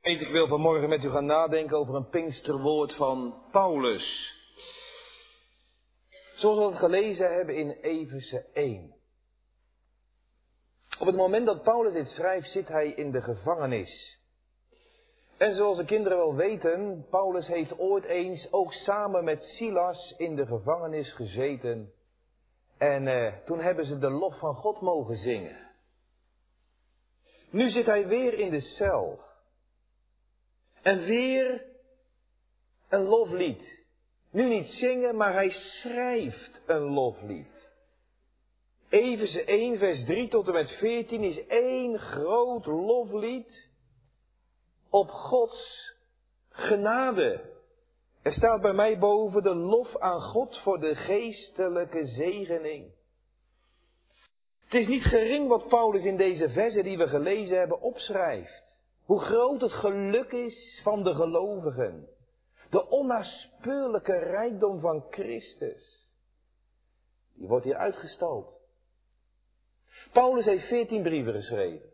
Ik wil vanmorgen met u gaan nadenken over een Pinksterwoord van Paulus. Zoals we het gelezen hebben in Efeze 1. Op het moment dat Paulus dit schrijft, zit hij in de gevangenis. En zoals de kinderen wel weten, Paulus heeft ooit eens ook samen met Silas in de gevangenis gezeten. En toen hebben ze de lof van God mogen zingen. Nu zit hij weer in de cel. En weer een loflied. Nu niet zingen, maar hij schrijft een loflied. Efeze 1 vers 3 tot en met 14 is één groot loflied op Gods genade. Er staat bij mij boven de lof aan God voor de geestelijke zegening. Het is niet gering wat Paulus in deze versen die we gelezen hebben opschrijft. Hoe groot het geluk is van de gelovigen. De onnaspeurlijke rijkdom van Christus. Die wordt hier uitgestald. Paulus heeft 14 brieven geschreven.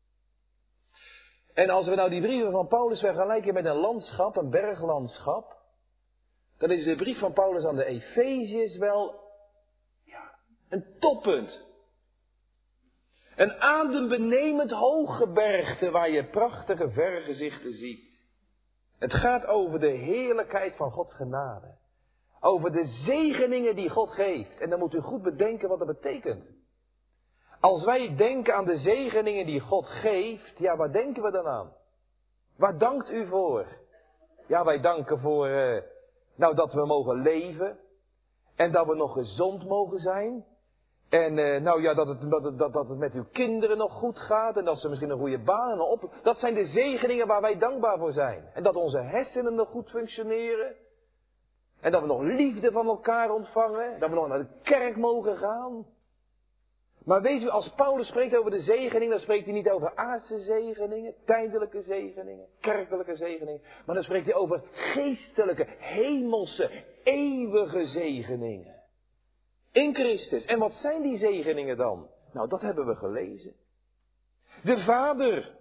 En als we nou die brieven van Paulus vergelijken met een landschap, een berglandschap, dan is de brief van Paulus aan de Efeziërs wel een toppunt. Een adembenemend hooggebergte waar je prachtige vergezichten ziet. Het gaat over de heerlijkheid van Gods genade. Over de zegeningen die God geeft. En dan moet u goed bedenken wat dat betekent. Als wij denken aan de zegeningen die God geeft, ja, waar denken we dan aan? Waar dankt u voor? Ja, wij danken voor, dat we mogen leven. En dat we nog gezond mogen zijn. En dat het met uw kinderen nog goed gaat. En dat ze misschien een goede baan en dat zijn de zegeningen waar wij dankbaar voor zijn. En dat onze hersenen nog goed functioneren. En dat we nog liefde van elkaar ontvangen. Dat we nog naar de kerk mogen gaan. Maar weet u, als Paulus spreekt over de zegeningen, dan spreekt hij niet over aardse zegeningen, tijdelijke zegeningen, kerkelijke zegeningen. Maar dan spreekt hij over geestelijke, hemelse, eeuwige zegeningen. In Christus. En wat zijn die zegeningen dan? Nou, dat hebben we gelezen. De Vader.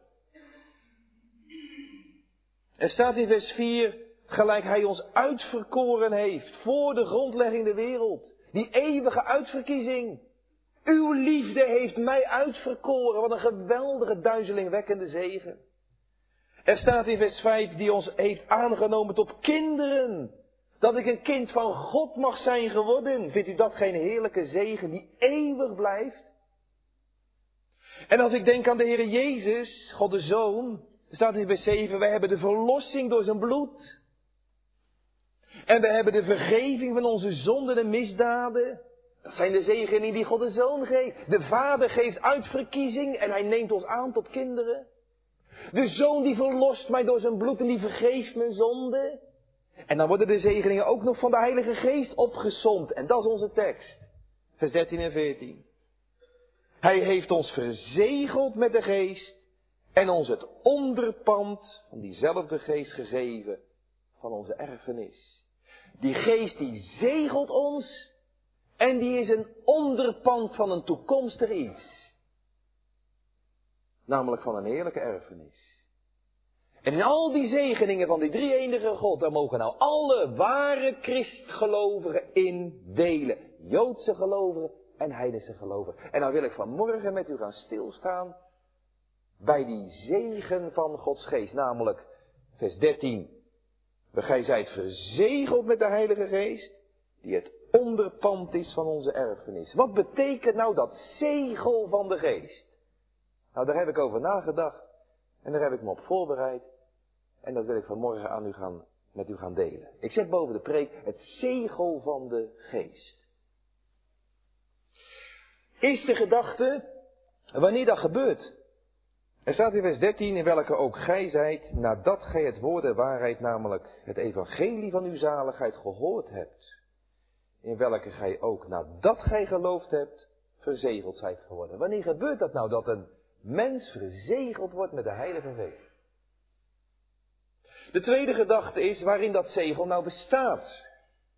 Er staat in vers 4, gelijk hij ons uitverkoren heeft voor de grondlegging der wereld. Die eeuwige uitverkiezing. Uw liefde heeft mij uitverkoren. Wat een geweldige duizelingwekkende zegen. Er staat in vers 5, die ons heeft aangenomen tot kinderen. Dat ik een kind van God mag zijn geworden. Vindt u dat geen heerlijke zegen die eeuwig blijft? En als ik denk aan de Heer Jezus, God de Zoon, staat in vers 7, wij hebben de verlossing door zijn bloed. En we hebben de vergeving van onze zonden en misdaden. Dat zijn de zegeningen die God de Zoon geeft. De Vader geeft uitverkiezing en hij neemt ons aan tot kinderen. De Zoon die verlost mij door zijn bloed en die vergeeft mijn zonden. En dan worden de zegeningen ook nog van de Heilige Geest opgesomd. En dat is onze tekst. Vers 13 en 14. Hij heeft ons verzegeld met de Geest. En ons het onderpand van diezelfde Geest gegeven. Van onze erfenis. Die Geest die zegelt ons. En die is een onderpand van een toekomstig iets. Namelijk van een heerlijke erfenis. En in al die zegeningen van die drie-enige God, daar mogen nou alle ware christgelovigen in delen. Joodse gelovigen en heidense gelovigen. En dan wil ik vanmorgen met u gaan stilstaan bij die zegen van Gods geest. Namelijk vers 13. Gij zijt verzegeld met de Heilige Geest, die het onderpand is van onze erfenis. Wat betekent nou dat zegel van de geest? Nou, daar heb ik over nagedacht. En daar heb ik me op voorbereid. En dat wil ik vanmorgen met u gaan delen. Ik zet boven de preek het zegel van de geest. Is de gedachte wanneer dat gebeurt? Er staat in vers 13, in welke ook gij zijt, nadat gij het woord der waarheid, namelijk het evangelie van uw zaligheid gehoord hebt. In welke gij ook, nadat gij geloofd hebt, verzegeld zijt geworden. Wanneer gebeurt dat nou, dat een mens verzegeld wordt met de Heilige Geest? De tweede gedachte is waarin dat zegel nou bestaat.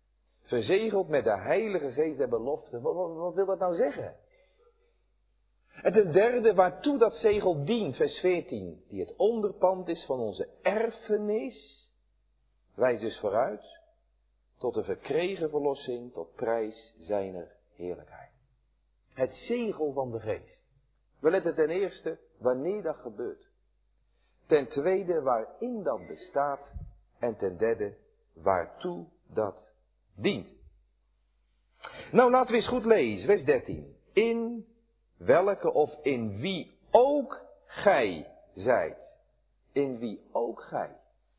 Verzegeld met de Heilige Geest der belofte. Wat wil dat nou zeggen? En ten derde, waartoe dat zegel dient, vers 14, die het onderpand is van onze erfenis, wijst dus vooruit tot de verkregen verlossing, tot prijs zijner heerlijkheid. Het zegel van de geest. We letten ten eerste wanneer dat gebeurt. Ten tweede waarin dat bestaat. En ten derde waartoe dat dient. Nou, laten we eens goed lezen, vers 13. In welke of in wie ook gij zijt. In wie ook gij.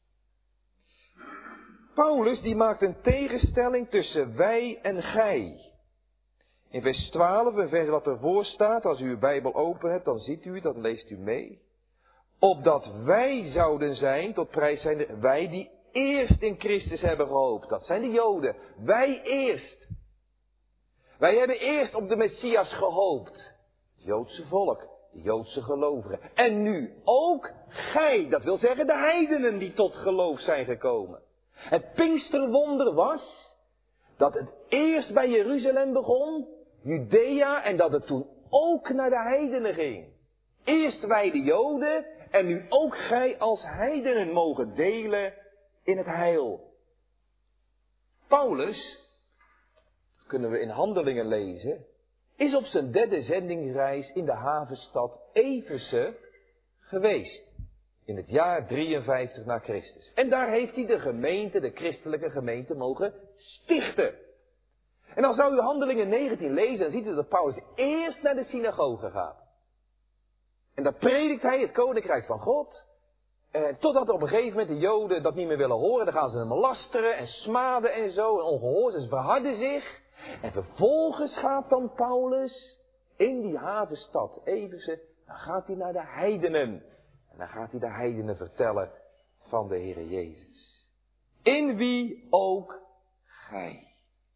Paulus die maakt een tegenstelling tussen wij en gij. In vers 12, een vers wat ervoor staat, als u uw Bijbel open hebt, dan ziet u, dat leest u mee. Opdat wij zouden zijn, tot prijs zijn wij die eerst in Christus hebben gehoopt. Dat zijn de Joden. Wij eerst. Wij hebben eerst op de Messias gehoopt. Het Joodse volk, de Joodse gelovigen. En nu ook gij, dat wil zeggen de heidenen die tot geloof zijn gekomen. Het Pinksterwonder was dat het eerst bij Jeruzalem begon, Judea, en dat het toen ook naar de heidenen ging. Eerst wij de Joden en nu ook gij als heidenen mogen delen in het heil. Paulus, dat kunnen we in Handelingen lezen, is op zijn derde zendingsreis in de havenstad Efeze geweest. In het jaar 53 na Christus. En daar heeft hij de gemeente, de christelijke gemeente, mogen stichten. En dan zou u Handelingen 19 lezen, dan ziet u dat Paulus eerst naar de synagoge gaat. En daar predikt hij het koninkrijk van God. Totdat op een gegeven moment de Joden dat niet meer willen horen. Dan gaan ze hem lasteren en smaden en zo. En ongehoorzaam, ze verharden zich. En vervolgens gaat dan Paulus in die havenstad Efeze. Dan gaat hij naar de heidenen. En dan gaat hij de heidenen vertellen van de Heere Jezus. In wie ook gij.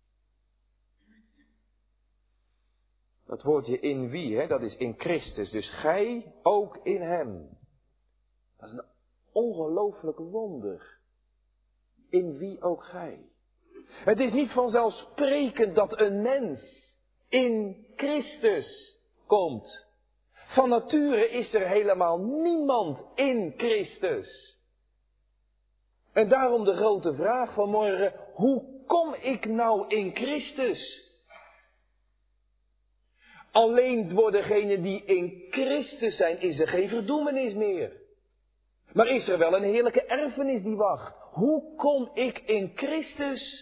Dat woordje in wie, dat is in Christus. Dus gij ook in hem. Dat is een ongelooflijk wonder. In wie ook gij. Het is niet vanzelfsprekend dat een mens in Christus komt. Van nature is er helemaal niemand in Christus. En daarom de grote vraag vanmorgen, hoe kom ik nou in Christus? Alleen voor degenen die in Christus zijn is er geen verdoemenis meer. Maar is er wel een heerlijke erfenis die wacht. Hoe kom ik in Christus?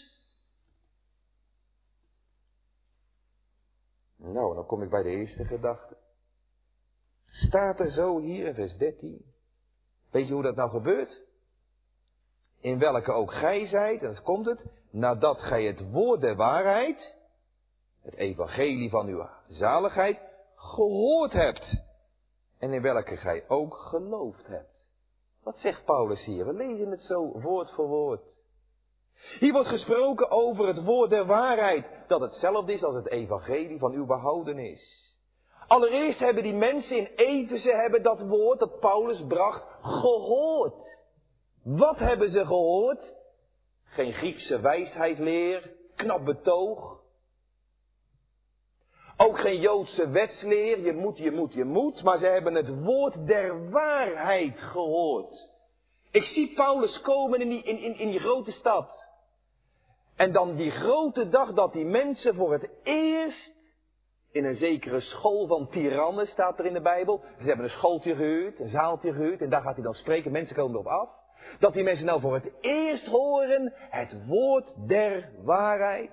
Nou, dan kom ik bij de eerste gedachte. Staat er zo hier in vers 13. Weet je hoe dat nou gebeurt? In welke ook gij zijt, en dat komt het, nadat gij het woord der waarheid, het evangelie van uw zaligheid, gehoord hebt. En in welke gij ook geloofd hebt. Wat zegt Paulus hier? We lezen het zo woord voor woord. Hier wordt gesproken over het woord der waarheid, dat hetzelfde is als het evangelie van uw behoudenis. Allereerst hebben die mensen in Efeze dat woord dat Paulus bracht gehoord. Wat hebben ze gehoord? Geen Griekse wijsheidleer, knap betoog. Ook geen Joodse wetsleer, je moet, maar ze hebben het woord der waarheid gehoord. Ik zie Paulus komen in die grote stad. En dan die grote dag dat die mensen voor het eerst in een zekere school van tirannen, staat er in de Bijbel. Ze hebben een schooltje gehuurd, een zaaltje gehuurd en daar gaat hij dan spreken, mensen komen erop af. Dat die mensen nou voor het eerst horen het woord der waarheid.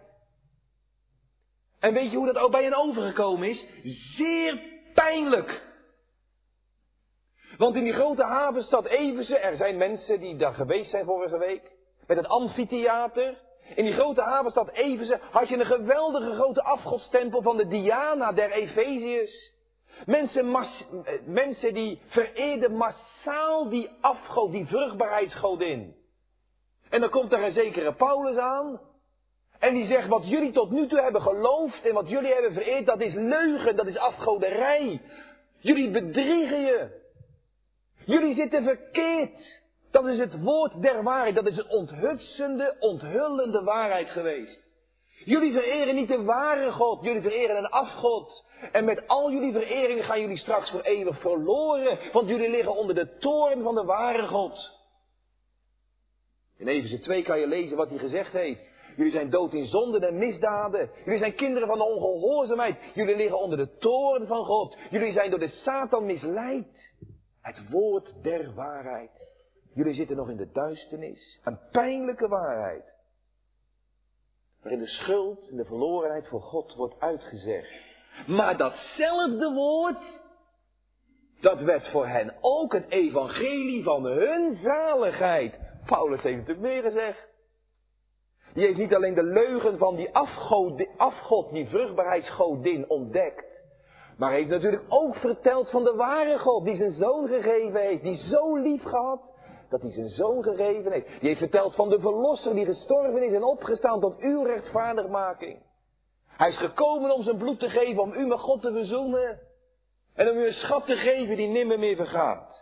En weet je hoe dat ook bij hen overgekomen is? Zeer pijnlijk. Want in die grote havenstad Efeze, er zijn mensen die daar geweest zijn vorige week, met het amfitheater. In die grote havenstad Efeze had je een geweldige grote afgodstempel van de Diana der Efeziërs. Mensen die vereerden massaal die afgod, die vruchtbaarheidsgodin. En dan komt er een zekere Paulus aan. En die zegt, wat jullie tot nu toe hebben geloofd en wat jullie hebben vereerd, dat is leugen, dat is afgoderij. Jullie bedriegen je. Jullie zitten verkeerd. Dat is het woord der waarheid, dat is een onthutsende, onthullende waarheid geweest. Jullie vereren niet de ware God, jullie vereren een afgod. En met al jullie vereringen gaan jullie straks voor eeuwig verloren, want jullie liggen onder de toorn van de ware God. In Efeze 2 kan je lezen wat hij gezegd heeft. Jullie zijn dood in zonden en misdaden. Jullie zijn kinderen van de ongehoorzaamheid. Jullie liggen onder de toorn van God. Jullie zijn door de Satan misleid. Het woord der waarheid. Jullie zitten nog in de duisternis. Een pijnlijke waarheid. Waarin de schuld en de verlorenheid voor God wordt uitgezegd. Maar datzelfde woord, dat werd voor hen ook het evangelie van hun zaligheid. Paulus heeft natuurlijk meer gezegd. Die heeft niet alleen de leugen van die afgod, die vruchtbaarheidsgodin ontdekt. Maar heeft natuurlijk ook verteld van de ware God, die zijn zoon gegeven heeft. Die zo lief gehad, dat hij zijn zoon gegeven heeft. Die heeft verteld van de verlosser die gestorven is en opgestaan tot uw rechtvaardigmaking. Hij is gekomen om zijn bloed te geven, om u met God te verzoenen. En om u een schat te geven die nimmer meer vergaat.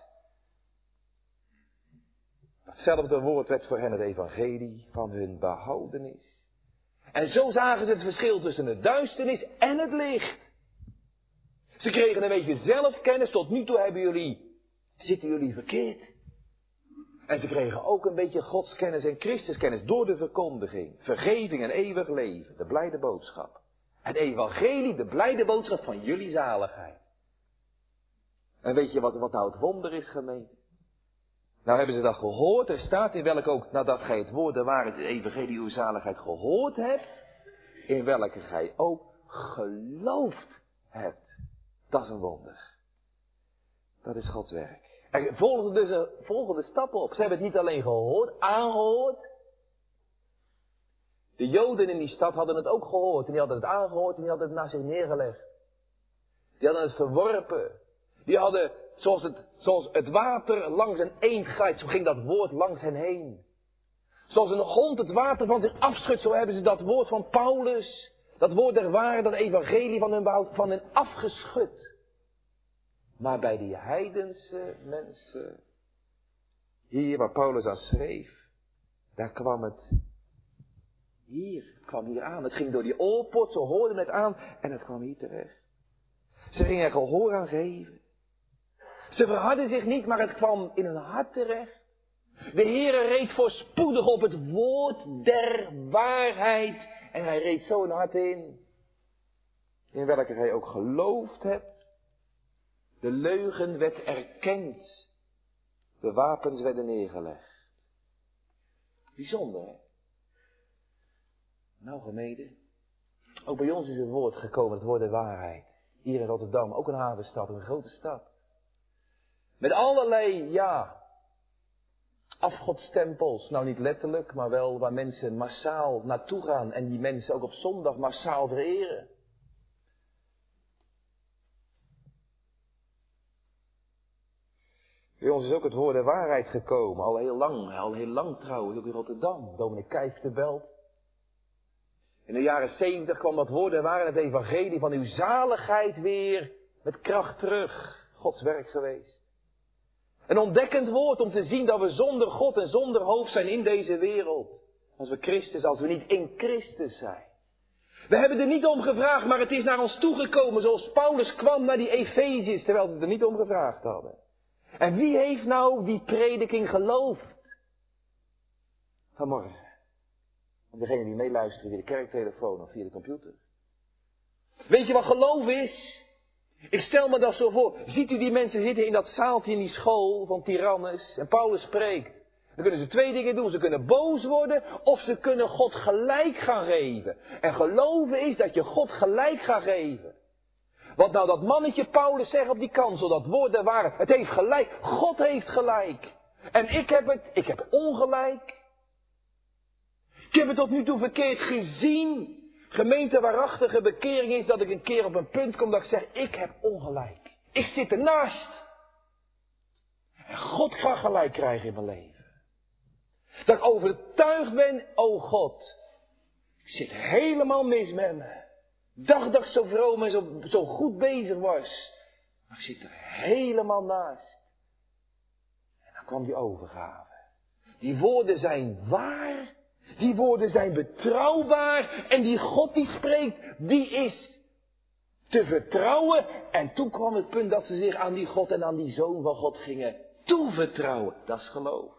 Datzelfde woord werd voor hen het evangelie van hun behoudenis. En zo zagen ze het verschil tussen de duisternis en het licht. Ze kregen een beetje zelfkennis. Tot nu toe zitten jullie verkeerd. En ze kregen ook een beetje godskennis en Christuskennis door de verkondiging. Vergeving en eeuwig leven. De blijde boodschap. Het evangelie, de blijde boodschap van jullie zaligheid. En weet je wat nou het wonder is, gemeente? Nou hebben ze dat gehoord. Er staat in welk ook, nadat gij het woord de waarheid, het evangelie uw zaligheid gehoord hebt, in welke gij ook geloofd hebt. Dat is een wonder. Dat is Gods werk. Er volgen dus volgende stappen op. Ze hebben het niet alleen gehoord, aangehoord. De Joden in die stad hadden het ook gehoord. En die hadden het aangehoord en die hadden het naast zich neergelegd. Die hadden het verworpen. Die hadden, zoals het water langs een eend glijdt, zo ging dat woord langs hen heen. Zoals een hond het water van zich afschudt, zo hebben ze dat woord van Paulus, dat woord der waarheid, dat evangelie van hun afgeschud. Maar bij die heidense mensen, hier waar Paulus aan schreef, daar kwam het hier aan. Het ging door die oorpoort, ze hoorden het aan en het kwam hier terecht. Ze gingen er gehoor aan geven. Ze verhardden zich niet, maar het kwam in hun hart terecht. De Heere reed voorspoedig op het woord der waarheid. En hij reed zo hun hart in welke gij ook geloofd hebt. De leugen werd erkend. De wapens werden neergelegd. Bijzonder, hè? Nou, gemeente, ook bij ons is het woord gekomen, het woord der waarheid. Hier in Rotterdam, ook een havenstad, een grote stad. Met allerlei, afgodstempels. Nou, niet letterlijk, maar wel waar mensen massaal naartoe gaan. En die mensen ook op zondag massaal vereren. Bij ons is ook het woord der waarheid gekomen. Al heel lang trouwens, ook in Rotterdam. Dominee Kijf te Belt. In de jaren 70 kwam dat woord der waarheid, het evangelie van uw zaligheid weer met kracht terug. Gods werk geweest. Een ontdekkend woord om te zien dat we zonder God en zonder hoofd zijn in deze wereld. Als we niet in Christus zijn. We hebben er niet om gevraagd, maar het is naar ons toegekomen zoals Paulus kwam naar die Efeziërs, terwijl we er niet om gevraagd hadden. En wie heeft nou die prediking geloofd? Vanmorgen. Want degene die meeluisteren via de kerktelefoon of via de computer. Weet je wat geloof is? Ik stel me dat zo voor. Ziet u die mensen zitten in dat zaaltje in die school van Tyrannus en Paulus spreekt. Dan kunnen ze twee dingen doen. Ze kunnen boos worden of ze kunnen God gelijk gaan geven. En geloven is dat je God gelijk gaat geven. Wat nou dat mannetje Paulus zegt op die kansel, dat woord der waarheid. Het heeft gelijk. God heeft gelijk. En ik heb ongelijk. Ik heb het tot nu toe verkeerd gezien. Gemeente waarachtige bekering is dat ik een keer op een punt kom dat ik zeg, ik heb ongelijk. Ik zit ernaast. En God gaat gelijk krijgen in mijn leven. Dat ik overtuigd ben, oh God, ik zit helemaal mis met me. Dacht dat ik zo vroom en zo goed bezig was. Maar ik zit er helemaal naast. En dan kwam die overgave. Die woorden zijn waar Die woorden zijn betrouwbaar en die God die spreekt, die is te vertrouwen. En toen kwam het punt dat ze zich aan die God en aan die Zoon van God gingen toevertrouwen. Dat is geloof.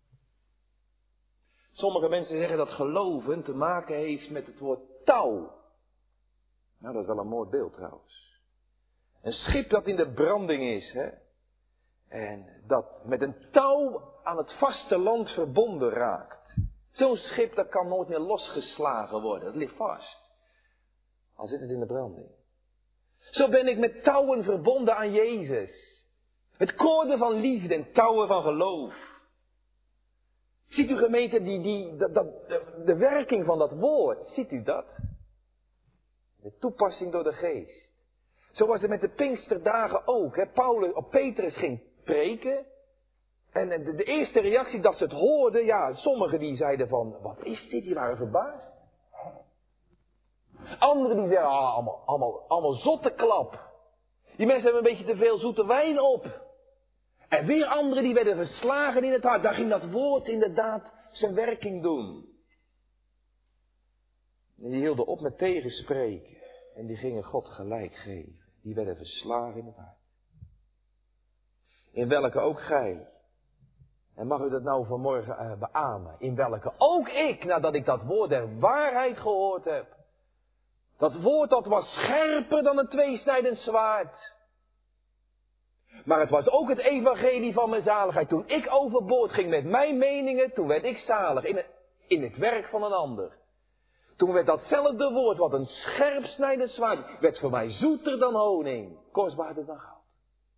Sommige mensen zeggen dat geloven te maken heeft met het woord touw. Nou, dat is wel een mooi beeld trouwens. Een schip dat in de branding is, hè. En dat met een touw aan het vasteland verbonden raakt. Zo'n schip dat kan nooit meer losgeslagen worden. Dat ligt vast. Al zit het in de branding. Zo ben ik met touwen verbonden aan Jezus. Met koorden van liefde en touwen van geloof. Ziet u gemeente, de werking van dat woord, ziet u dat? De toepassing door de geest. Zo was het met de Pinksterdagen ook. Hè? Petrus ging preken. En de eerste reactie dat ze het hoorden, ja, sommigen die zeiden van, wat is dit? Die waren verbaasd. Anderen die zeiden, allemaal zotte klap. Die mensen hebben een beetje te veel zoete wijn op. En weer anderen die werden verslagen in het hart. Daar ging dat woord inderdaad zijn werking doen. En die hielden op met tegenspreken. En die gingen God gelijk geven. Die werden verslagen in het hart. In welke ook gij. En mag u dat nou vanmorgen beamen. In welke ook ik, nadat ik dat woord der waarheid gehoord heb. Dat woord dat was scherper dan een tweesnijdend zwaard. Maar het was ook het evangelie van mijn zaligheid. Toen ik overboord ging met mijn meningen, toen werd ik zalig in het werk van een ander. Toen werd datzelfde woord, wat een scherpsnijdend zwaard, werd voor mij zoeter dan honing, kostbaarder dan goud.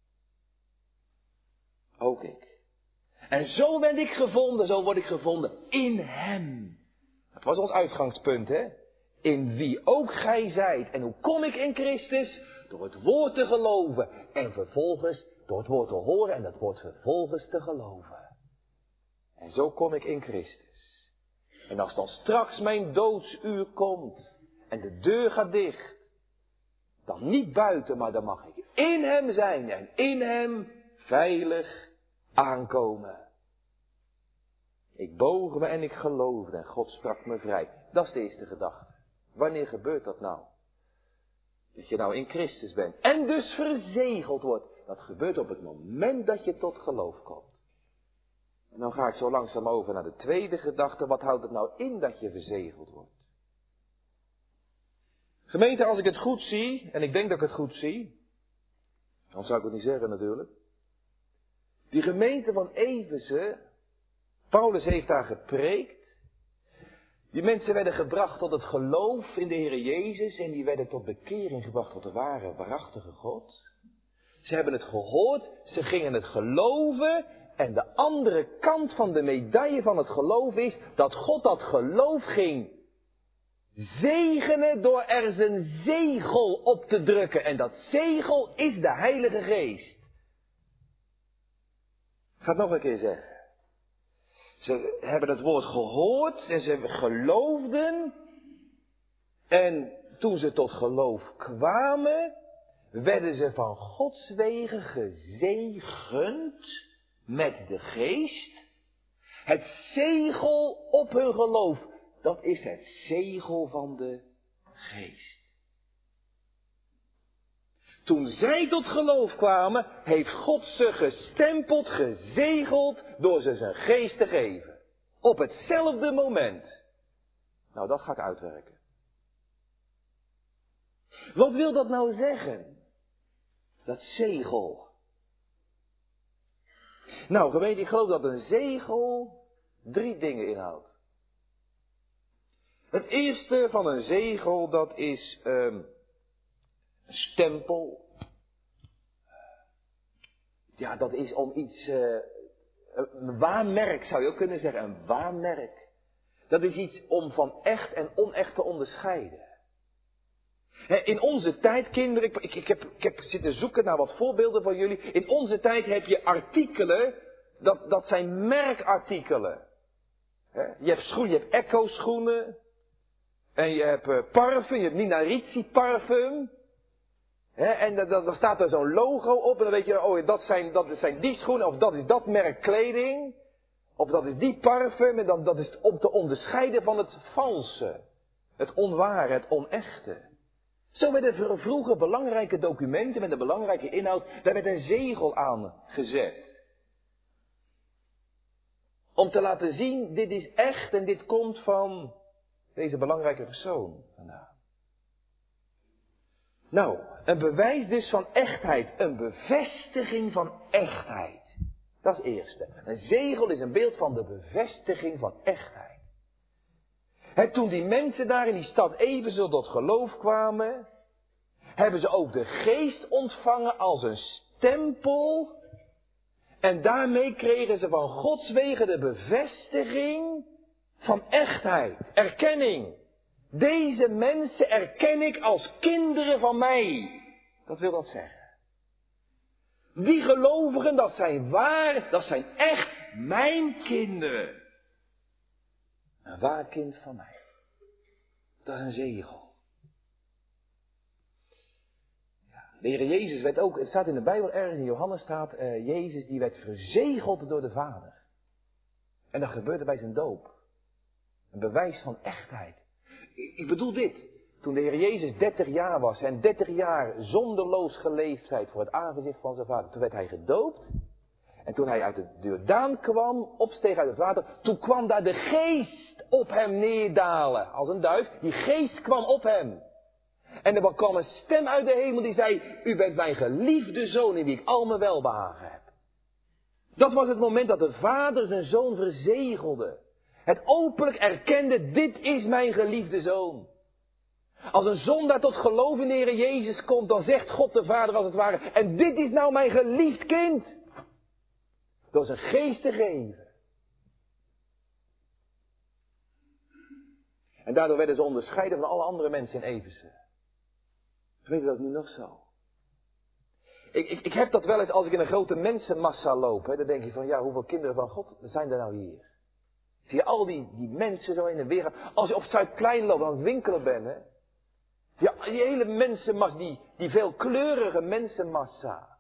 Ook ik. En zo werd ik gevonden, zo word ik gevonden in hem. Dat was ons uitgangspunt, hè? In wie ook gij zijt. En hoe kom ik in Christus? Door het woord te geloven. En vervolgens door het woord te horen en dat woord vervolgens te geloven. En zo kom ik in Christus. En als dan straks mijn doodsuur komt en de deur gaat dicht, dan niet buiten, maar dan mag ik in hem zijn en in hem veilig aankomen. Ik boog me en ik geloofde en God sprak me vrij. Dat is de eerste gedachte. Wanneer gebeurt dat nou? Dat je nou in Christus bent en dus verzegeld wordt. Dat gebeurt op het moment dat je tot geloof komt. En dan ga ik zo langzaam over naar de tweede gedachte. Wat houdt het nou in dat je verzegeld wordt? Gemeente, als ik het goed zie, en ik denk dat ik het goed zie, dan zou ik het niet zeggen natuurlijk. Die gemeente van Efeze, Paulus heeft daar gepreekt. Die mensen werden gebracht tot het geloof in de Heer Jezus en die werden tot bekering gebracht tot de ware, waarachtige God. Ze hebben het gehoord, ze gingen het geloven en de andere kant van de medaille van het geloof is dat God dat geloof ging zegenen door er zijn zegel op te drukken. En dat zegel is de Heilige Geest. Ik ga het nog een keer zeggen. Ze hebben het woord gehoord en ze geloofden. En toen ze tot geloof kwamen, werden ze van Gods wegen gezegend met de geest. Het zegel op hun geloof, dat is het zegel van de geest. Toen zij tot geloof kwamen, heeft God ze gestempeld, gezegeld, door ze zijn geest te geven. Op hetzelfde moment. Nou, dat ga ik uitwerken. Wat wil dat nou zeggen? Dat zegel. Nou, gemeente, ik geloof dat een zegel 3 dingen inhoudt. Het eerste van een zegel, dat is een stempel. Ja, dat is om iets, een waarmerk zou je ook kunnen zeggen, een waarmerk. Dat is iets om van echt en onecht te onderscheiden. In onze tijd, kinderen, ik heb zitten zoeken naar wat voorbeelden van jullie. In onze tijd heb je artikelen, dat zijn merkartikelen. Je hebt Echo schoenen. En je hebt parfum, je hebt Nina Ricci parfum. En dan staat er zo'n logo op en dan weet je, oh dat zijn die schoenen of dat is dat merk kleding. Of dat is die parfum, en dat is om te onderscheiden van het valse. Het onware, het onechte. Zo werden vroeger belangrijke documenten met een belangrijke inhoud, daar werd een zegel aan gezet. Om te laten zien, dit is echt en dit komt van deze belangrijke persoon vandaan. Nou, een bewijs dus van echtheid, een bevestiging van echtheid. Dat is het eerste. Een zegel is een beeld van de bevestiging van echtheid. Toen die mensen daar in die stad Efeze tot geloof kwamen, hebben ze ook de geest ontvangen als een stempel. En daarmee kregen ze van Gods wegen de bevestiging van echtheid, erkenning. Deze mensen erken ik als kinderen van mij. Dat wil dat zeggen. Die gelovigen, dat zijn waar, dat zijn echt mijn kinderen. Een waar kind van mij. Dat is een zegel. De Heer Jezus werd ook, het staat in de Bijbel ergens in Johannes staat, Jezus die werd verzegeld door de Vader. En dat gebeurde bij zijn doop. Een bewijs van echtheid. Ik bedoel dit. Toen de Heer Jezus 30 jaar was en 30 jaar zonderloos geleefd heeft voor het aangezicht van zijn Vader. Toen werd hij gedoopt. En toen hij uit de Jordaan kwam, opsteeg uit het water, toen kwam daar de geest op hem neerdalen. Als een duif. Die geest kwam op hem. En er kwam een stem uit de hemel die zei, u bent mijn geliefde zoon in wie ik al mijn welbehagen heb. Dat was het moment dat de vader zijn zoon verzegelde. Het openlijk erkende, dit is mijn geliefde zoon. Als een zondaar tot geloof in de Heer Jezus komt, dan zegt God de Vader als het ware, en dit is nou mijn geliefd kind. Door zijn geest te geven. En daardoor werden ze onderscheiden van alle andere mensen in Efeze. Weet je dat nu nog zo? Ik heb dat wel eens als ik in een grote mensenmassa loop. Hè, dan denk je van, ja, hoeveel kinderen van God zijn er nou hier? Zie je al die mensen zo in de wereld. Als je op Zuidplein loopt, aan het winkelen bent, hè. Die hele mensenmassa, die veelkleurige mensenmassa.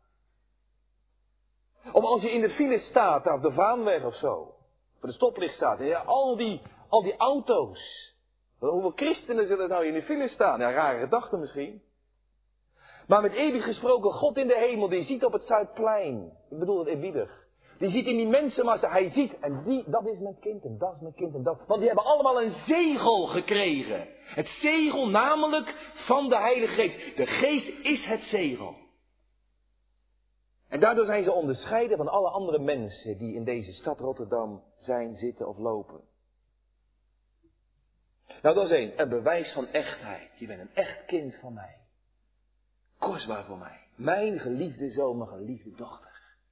Of als je in de file staat, daar op de Vaanweg of zo. Voor de stoplicht staat. Ja, al die auto's. Hoeveel christenen zullen nou in de file staan? Ja, rare gedachte misschien. Maar met eeuwig gesproken, God in de hemel, die ziet op het Zuidplein. Ik bedoel het eerbiedig. Die ziet in die mensenmassa, hij ziet, en dat is mijn kind, en dat is mijn kind, en dat. Want die hebben allemaal een zegel gekregen. Het zegel namelijk van de Heilige Geest. De Geest is het zegel. En daardoor zijn ze onderscheiden van alle andere mensen die in deze stad Rotterdam zijn, zitten of lopen. Nou, dat is een bewijs van echtheid. Je bent een echt kind van mij. Kostbaar voor mij. Mijn geliefde zoon, mijn geliefde dochter.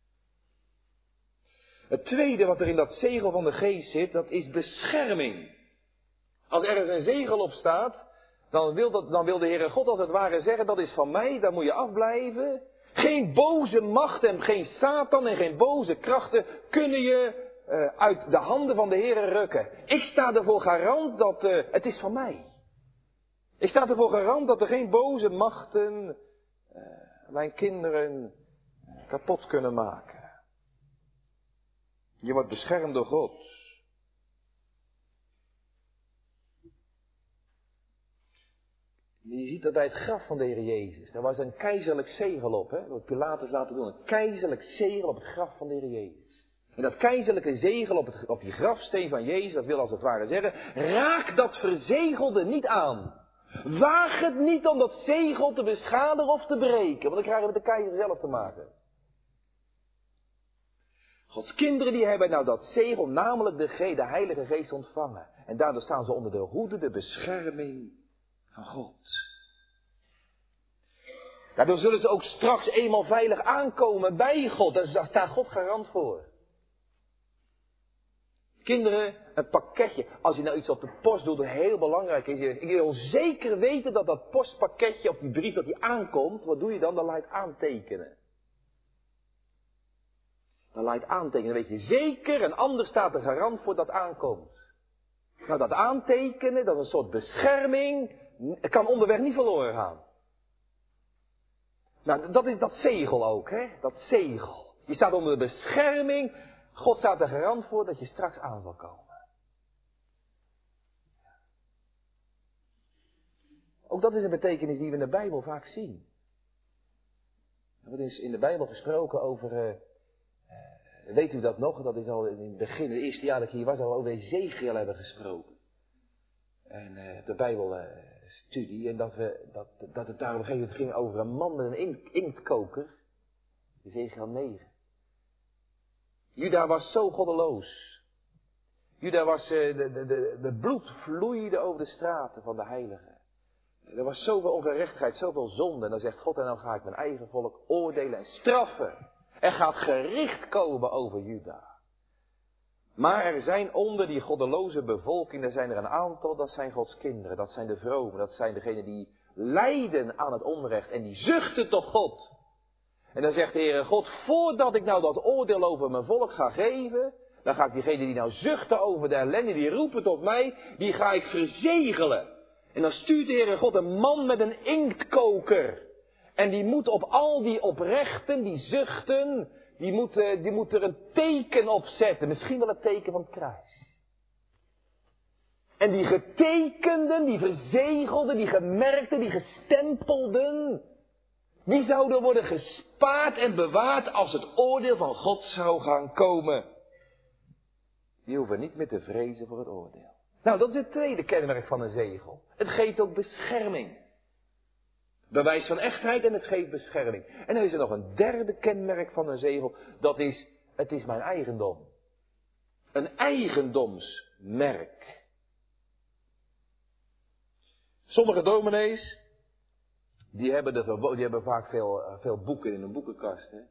Het tweede wat er in dat zegel van de geest zit, dat is bescherming. Als ergens een zegel op staat, dan wil de Heere God als het ware zeggen, dat is van mij, daar moet je afblijven. Geen boze macht en geen Satan en geen boze krachten kunnen je uit de handen van de Heere rukken. Ik sta ervoor garant dat het is van mij. Ik sta ervoor garant dat er geen boze machten mijn kinderen kapot kunnen maken. Je wordt beschermd door God. Je ziet dat bij het graf van de Heer Jezus. Daar was een keizerlijk zegel op, hè? Dat Pilatus laten doen. Een keizerlijk zegel op het graf van de Heer Jezus. En dat keizerlijke zegel op die grafsteen van Jezus, dat wil als het ware zeggen, raak dat verzegelde niet aan. Waag het niet om dat zegel te beschadigen of te breken, want dan krijgen we met de keizer zelf te maken. Gods kinderen die hebben nou dat zegel, namelijk de Heilige Geest ontvangen. En daardoor staan ze onder de hoede, de bescherming van God. Daardoor zullen ze ook straks eenmaal veilig aankomen bij God. Daar staat God garant voor. Kinderen, een pakketje. Als je nou iets op de post doet, dat heel belangrijk is. Ik wil zeker weten dat dat postpakketje of die brief dat die aankomt. Wat doe je dan? Dan laat je het aantekenen. Dan laat je het aantekenen. Dan weet je zeker, en anders staat er garant voor dat aankomt. Nou, dat aantekenen, dat is een soort bescherming. Het kan onderweg niet verloren gaan. Nou, dat is dat zegel ook, hè? Dat zegel. Je staat onder de bescherming. God staat er garant voor dat je straks aan zal komen. Ook dat is een betekenis die we in de Bijbel vaak zien. Er is in de Bijbel gesproken over, weet u dat nog? Dat is al in het begin, het eerste jaar dat ik hier was, al over Ezechiel hebben gesproken. En de Bijbelstudie, en dat het daar op een gegeven moment ging over een man met een inktkoker. Ezechiel 9. Juda was zo goddeloos. Juda was, de bloed vloeide over de straten van de heiligen. Er was zoveel ongerechtigheid, zoveel zonde. En dan zegt God, en dan ga ik mijn eigen volk oordelen en straffen. Er gaat gericht komen over Juda. Maar er zijn onder die goddeloze bevolking, er zijn er een aantal, dat zijn Gods kinderen. Dat zijn de vromen, dat zijn degenen die lijden aan het onrecht en die zuchten tot God. En dan zegt de Heere God, voordat ik nou dat oordeel over mijn volk ga geven, dan ga ik diegenen die nou zuchten over de ellende, die roepen tot mij, die ga ik verzegelen. En dan stuurt de Heere God een man met een inktkoker. En die moet op al die oprechten, die zuchten, die moet er een teken op zetten. Misschien wel het teken van het kruis. En die getekenden, die verzegelden, die gemerkten, die gestempelden, die zouden worden gespaard en bewaard als het oordeel van God zou gaan komen. Die hoeven niet meer te vrezen voor het oordeel. Nou, dat is het tweede kenmerk van een zegel. Het geeft ook bescherming. Bewijs van echtheid en het geeft bescherming. En dan is er nog een derde kenmerk van een zegel. Dat is, het is mijn eigendom. Een eigendomsmerk. Sommige dominees, die hebben vaak veel boeken in hun boekenkast. Hè?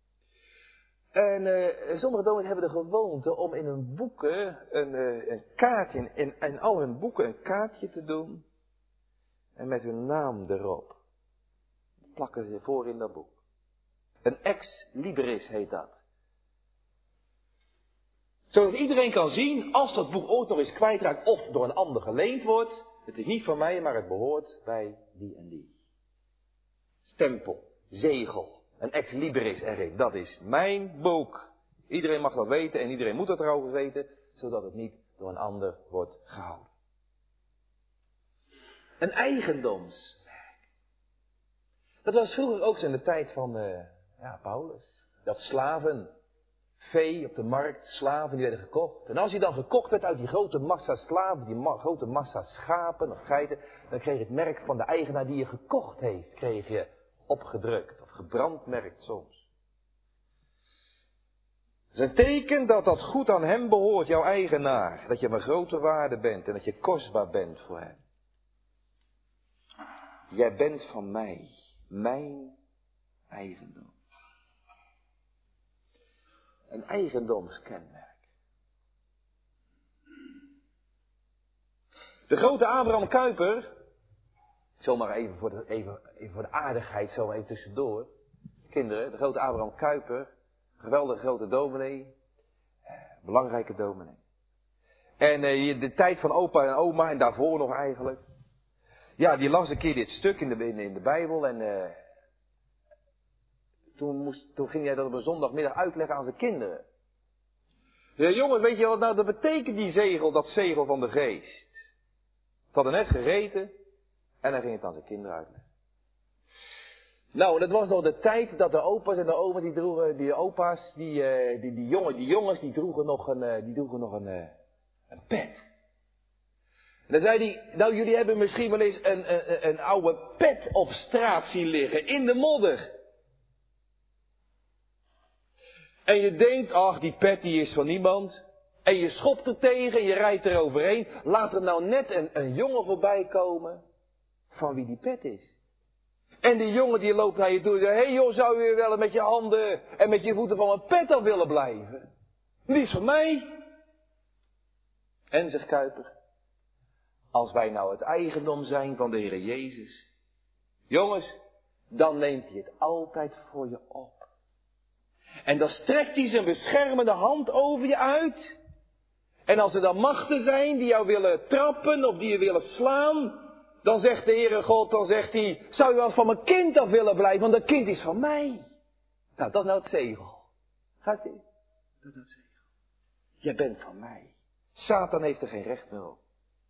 En sommige dominees hebben de gewoonte om in hun boeken een kaartje, in al hun boeken een kaartje te doen. En met hun naam erop. Plakken ze voor in dat boek. Een ex libris heet dat. Zodat iedereen kan zien, als dat boek ooit nog eens kwijtraakt of door een ander geleend wordt. Het is niet van mij, maar het behoort bij die en die. Stempel, zegel, een ex libris erin. Dat is mijn boek. Iedereen mag dat weten en iedereen moet dat erover weten, zodat het niet door een ander wordt gehouden. Een eigendomsmerk. Dat was vroeger ook zo in de tijd van Paulus. Dat slaven, vee op de markt, slaven die werden gekocht. En als je dan gekocht werd uit die grote massa slaven, die grote massa schapen of geiten, dan kreeg je het merk van de eigenaar die je gekocht heeft, kreeg je opgedrukt of gebrandmerkt soms. Het is een teken dat dat goed aan hem behoort, jouw eigenaar. Dat je van grote waarde bent en dat je kostbaar bent voor hem. Jij bent van mij, mijn eigendom. Een eigendomskenmerk. De grote Abraham Kuyper, zomaar even voor de aardigheid, zo even tussendoor. Kinderen, de grote Abraham Kuyper, geweldige grote dominee, belangrijke dominee. En de tijd van opa en oma en daarvoor nog eigenlijk. Ja, die las een keer dit stuk in de Bijbel en toen ging hij dat op een zondagmiddag uitleggen aan zijn kinderen. Ja, jongens, weet je wat nou dat betekent die zegel, dat zegel van de geest? Het hadden net gegeten en hij ging het aan zijn kinderen uitleggen. Nou, dat was nog de tijd dat de opa's en de oma's die droegen, die jongens die droegen nog een pet. En dan zei hij, nou jullie hebben misschien wel eens een oude pet op straat zien liggen, in de modder. En je denkt, ach die pet die is van niemand. En je schopt er tegen en je rijdt er overheen. Laat er nou net een jongen voorbij komen van wie die pet is. En die jongen die loopt naar je toe en zegt, hé joh, zou je wel met je handen en met je voeten van mijn pet af willen blijven? Die is van mij. En, zegt Kuyper, als wij nou het eigendom zijn van de Heer Jezus, jongens, dan neemt hij het altijd voor je op. En dan strekt hij zijn beschermende hand over je uit. En als er dan machten zijn die jou willen trappen of die je willen slaan, dan zegt de Heere God, dan zegt hij, zou je wel van mijn kind af willen blijven, want dat kind is van mij. Nou, dat is nou het zegel. Gaat ie? Dat is het zegel. Jij bent van mij. Satan heeft er geen recht meer op.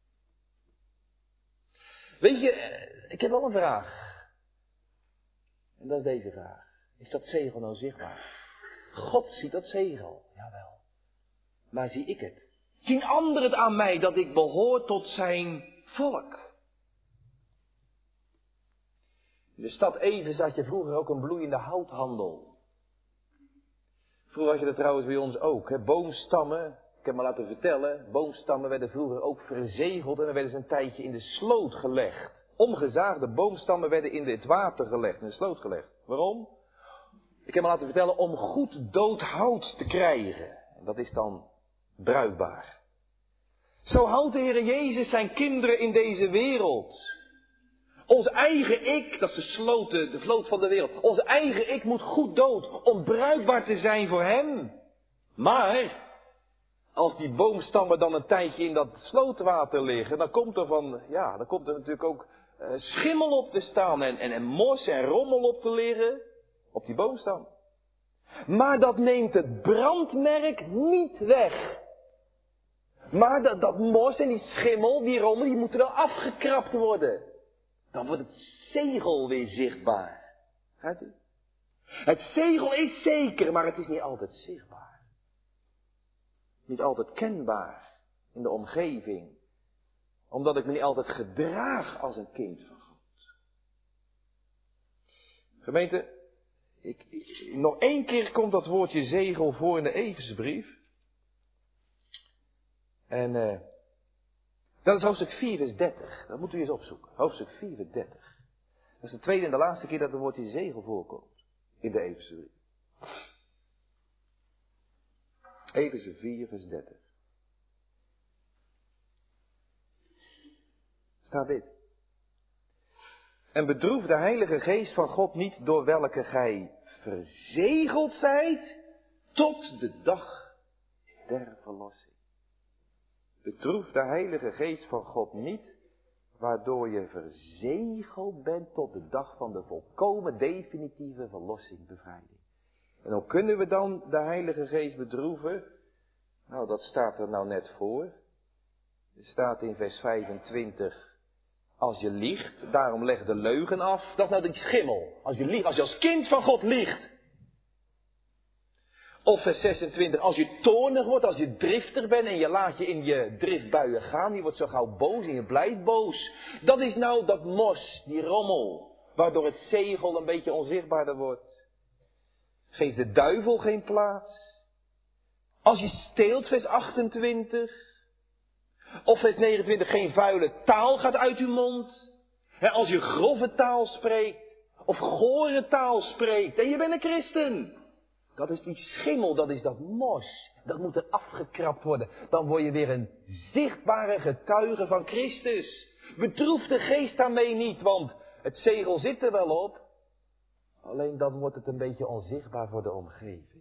Weet je, ik heb wel een vraag. En dat is deze vraag. Is dat zegel nou zichtbaar? God ziet dat zegel. Jawel. Maar zie ik het? Zien anderen het aan mij dat ik behoor tot zijn volk? In de stad Eves had je vroeger ook een bloeiende houthandel. Vroeger had je dat trouwens bij ons ook. Hè? Boomstammen, ik heb me laten vertellen, boomstammen werden vroeger ook verzegeld en dan werden ze een tijdje in de sloot gelegd. Omgezaagde boomstammen werden in het water gelegd, in de sloot gelegd. Waarom? Ik heb me laten vertellen om goed dood hout te krijgen. En dat is dan bruikbaar. Zo houdt de Heer Jezus zijn kinderen in deze wereld. Ons eigen ik, dat is de vloot van de wereld. Ons eigen ik moet goed dood om bruikbaar te zijn voor hem. Maar als die boomstammen dan een tijdje in dat slootwater liggen, dan komt er natuurlijk ook schimmel op te staan en mos en rommel op te liggen op die boomstam. Maar dat neemt het brandmerk niet weg. Maar dat mos en die schimmel, die rommel, die moeten wel afgekrapt worden. Dan wordt het zegel weer zichtbaar. Gaat u? Het zegel is zeker, maar het is niet altijd zichtbaar. Niet altijd kenbaar in de omgeving. Omdat ik me niet altijd gedraag als een kind van God. Gemeente, nog 1 keer komt dat woordje zegel voor in de Efezebrief. En dat is hoofdstuk 4 vers 30. Dat moet u eens opzoeken. Hoofdstuk 4 vers 30. Dat is de tweede en de laatste keer dat het woordje zegel voorkomt in de Efezebrief. Efeze 4 vers 30. Staat dit. En bedroef de Heilige Geest van God niet, door welke gij verzegeld zijt tot de dag der verlossing. Bedroef de Heilige Geest van God niet, waardoor je verzegeld bent tot de dag van de volkomen definitieve verlossing, bevrijding. En hoe kunnen we dan de Heilige Geest bedroeven? Nou, dat staat er nou net voor. Er staat in vers 25, als je liegt, daarom leg de leugen af. Dat is nou die schimmel. Als je liegt, als je als kind van God liegt. Of vers 26, als je toornig wordt, als je driftig bent en je laat je in je driftbuien gaan, je wordt zo gauw boos en je blijft boos. Dat is nou dat mos, die rommel, waardoor het zegel een beetje onzichtbaarder wordt. Geef de duivel geen plaats. Als je steelt, vers 28. Of vers 29, geen vuile taal gaat uit uw mond. Als je grove taal spreekt, of gore taal spreekt, en je bent een christen. Dat is die schimmel, dat is dat mos. Dat moet er afgekrapt worden. Dan word je weer een zichtbare getuige van Christus. Bedroef de geest daarmee niet, want het zegel zit er wel op. Alleen dan wordt het een beetje onzichtbaar voor de omgeving.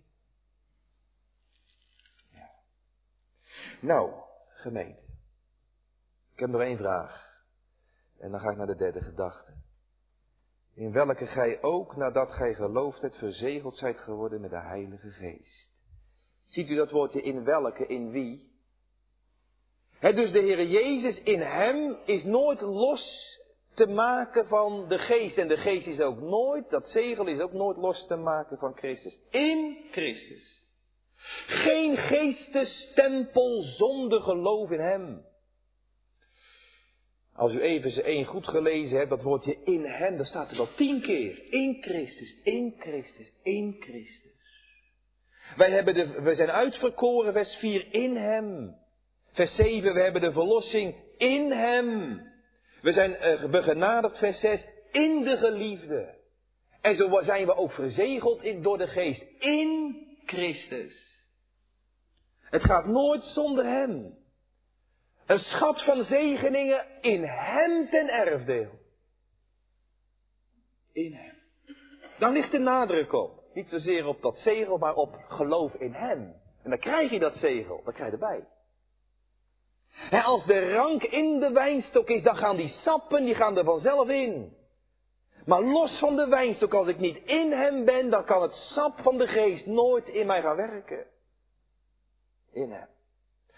Ja. Nou, gemeente. Ik heb nog 1 vraag. En dan ga ik naar de 3e gedachte. In welke gij ook, nadat gij geloofd hebt, verzegeld zijt geworden met de Heilige Geest. Ziet u dat woordje in welke, in wie? Dus de Heer Jezus, in hem is nooit los te maken van de Geest. En de Geest is ook nooit, dat zegel is ook nooit los te maken van Christus. In Christus. Geen geestestempel zonder geloof in hem. Als u Efeze 1 goed gelezen hebt, dat woordje in hem, dat staat er wel 10 keer. In Christus, in Christus, in Christus. We zijn uitverkoren, vers 4, in hem. Vers 7, we hebben de verlossing in hem. We zijn begenadigd, vers 6, in de geliefde. En zo zijn we ook verzegeld door de geest, in Christus. Het gaat nooit zonder hem. Een schat van zegeningen in hem ten erfdeel. In hem. Dan ligt de nadruk op. Niet zozeer op dat zegel, maar op geloof in hem. En dan krijg je dat zegel. Dat krijg je erbij. Als de rank in de wijnstok is, dan gaan die sappen, die gaan er vanzelf in. Maar los van de wijnstok, als ik niet in hem ben, dan kan het sap van de geest nooit in mij gaan werken. In hem.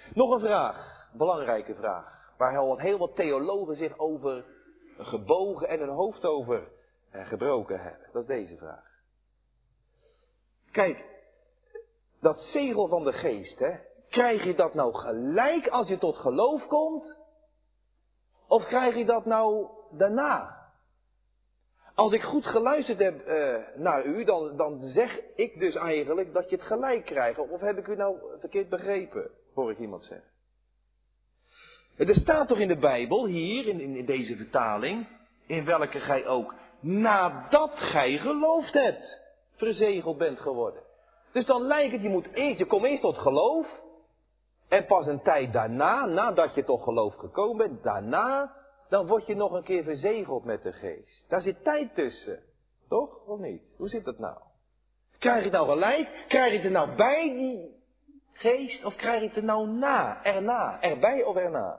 Nog een vraag, een belangrijke vraag, waar al heel wat theologen zich over gebogen en hun hoofd over gebroken hebben. Dat is deze vraag. Kijk, dat zegel van de geest, krijg je dat nou gelijk als je tot geloof komt? Of krijg je dat nou daarna? Als ik goed geluisterd heb naar u, dan zeg ik dus eigenlijk dat je het gelijk krijgt. Of heb ik u nou verkeerd begrepen, hoor ik iemand zeggen. Er staat toch in de Bijbel, hier, in deze vertaling, in welke gij ook, nadat gij geloofd hebt, verzegeld bent geworden. Dus dan lijkt het, je komt eerst tot geloof, en pas een tijd daarna, nadat je tot geloof gekomen bent, daarna, dan word je nog een keer verzegeld met de geest. Daar zit tijd tussen. Toch? Of niet? Hoe zit dat nou? Krijg je het nou gelijk? Krijg je het er nou bij, die geest? Of krijg je het er nou na? Erna? Erbij of erna?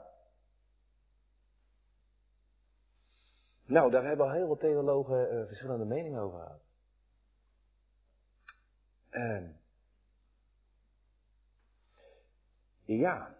Nou, daar hebben al heel veel theologen verschillende meningen over gehad. Ja.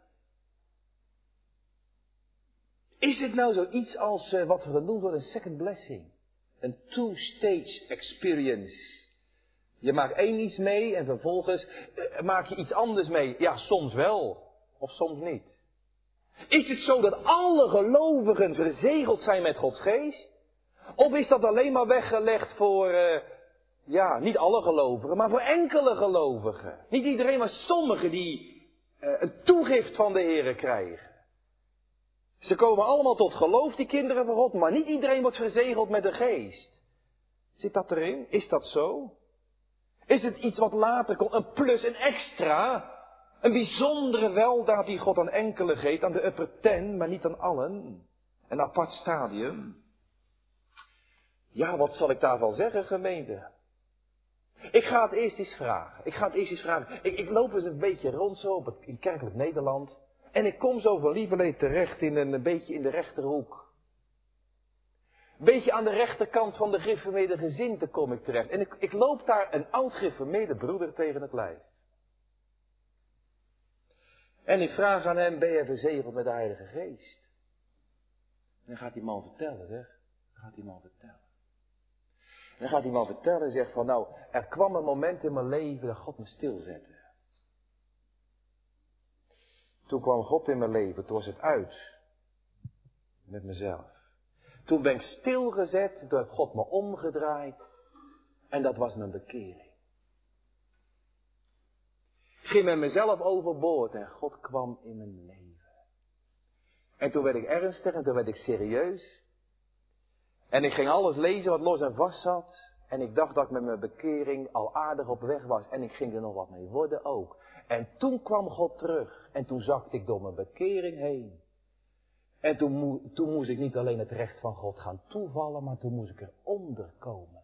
Is dit nou zoiets als wat we dan noemen wordt een second blessing? Een two-stage experience. Je maakt één iets mee en vervolgens maak je iets anders mee. Ja, soms wel. Of soms niet. Is het zo dat alle gelovigen verzegeld zijn met Gods geest? Of is dat alleen maar weggelegd voor, niet alle gelovigen, maar voor enkele gelovigen? Niet iedereen, maar sommigen die een toegift van de Here krijgen. Ze komen allemaal tot geloof, die kinderen van God, maar niet iedereen wordt verzegeld met de geest. Zit dat erin? Is dat zo? Is het iets wat later komt, een plus, een extra? Een bijzondere weldaad die God aan enkele geeft, aan de upper ten, maar niet aan allen? Een apart stadium? Ja, wat zal ik daarvan zeggen, gemeente? Ik ga het eerst eens vragen. Ik loop eens een beetje rond zo in kerkelijk Nederland. En ik kom zo van Lieverlee terecht een beetje in de rechterhoek. Een beetje aan de rechterkant van de gereformeerde gezinte kom ik terecht. En ik loop daar een oud gereformeerde broeder tegen het lijf. En ik vraag aan hem, ben je verzegeld met de Heilige Geest? En dan gaat die man vertellen, zeg. En dan gaat die man vertellen en zegt van, nou, er kwam een moment in mijn leven dat God me stilzette. Toen kwam God in mijn leven, toen was het uit. Met mezelf. Toen ben ik stilgezet, toen heeft God me omgedraaid. En dat was mijn bekering. Ik ging met mezelf overboord en God kwam in mijn leven. En toen werd ik ernstig en toen werd ik serieus. En ik ging alles lezen wat los en vast zat. En ik dacht dat ik met mijn bekering al aardig op weg was. En ik ging er nog wat mee worden ook. En toen kwam God terug. En toen zakte ik door mijn bekering heen. En toen moest ik niet alleen het recht van God gaan toevallen, maar toen moest ik eronder komen.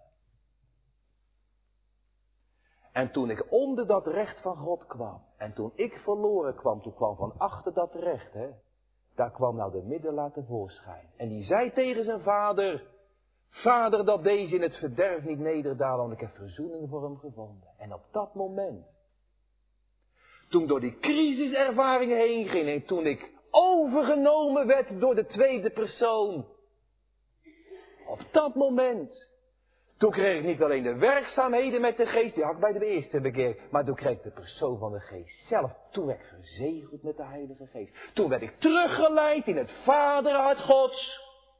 En toen ik onder dat recht van God kwam, en toen ik verloren kwam, toen kwam van achter dat recht, daar kwam nou de middelaar tevoorschijn. En die zei tegen zijn vader, Vader, dat deze in het verderf niet nederdalen, want ik heb verzoening voor hem gevonden. En op dat moment, toen ik door die crisiservaringen heen ging en toen ik overgenomen werd door de tweede persoon. Op dat moment, toen kreeg ik niet alleen de werkzaamheden met de geest, die had ik bij de eerste bekering, maar toen kreeg ik de persoon van de geest zelf. Toen werd ik verzegeld met de Heilige Geest. Toen werd ik teruggeleid in het vaderhart Gods.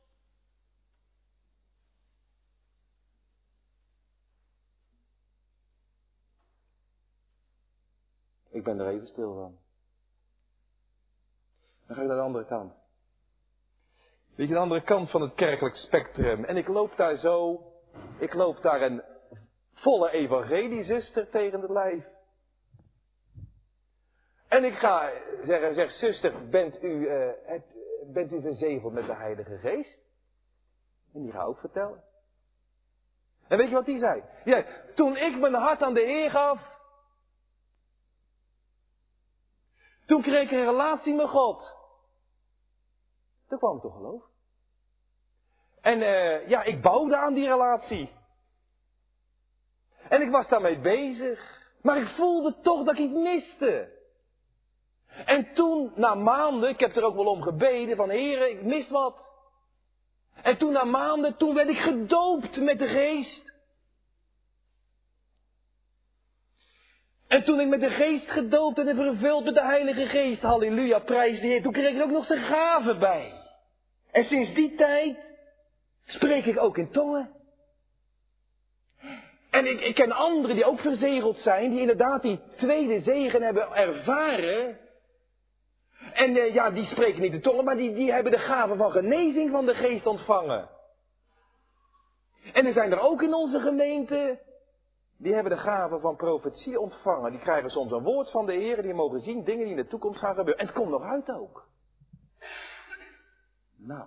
Ik ben er even stil van. Dan ga ik naar de andere kant. Weet je, de andere kant van het kerkelijk spectrum. En ik loop daar een volle evangeliezuster tegen het lijf. En ik ga zeggen, zeg zuster, bent u verzegeld met de Heilige Geest? En die ga ook vertellen. En weet je wat die zei? Die zei, toen ik mijn hart aan de Heer gaf, toen kreeg ik een relatie met God. Toen kwam ik tot geloof. En ik bouwde aan die relatie. En ik was daarmee bezig. Maar ik voelde toch dat ik iets miste. En toen, na maanden, ik heb er ook wel om gebeden, van Heere, ik mis wat. En toen na maanden, toen werd ik gedoopt met de Geest. En toen ik met de Geest gedoopt en vervuld met de Heilige Geest, halleluja, prijs de Heer, toen kreeg ik ook nog zijn gaven bij. En sinds die tijd spreek ik ook in tongen. En ik ken anderen die ook verzegeld zijn, die inderdaad die tweede zegen hebben ervaren. En die spreken niet de tongen, maar die hebben de gave van genezing van de Geest ontvangen. En er zijn er ook in onze gemeente, die hebben de gave van profetie ontvangen. Die krijgen soms een woord van de Heer, die mogen zien dingen die in de toekomst gaan gebeuren. En het komt nog uit ook. Nou.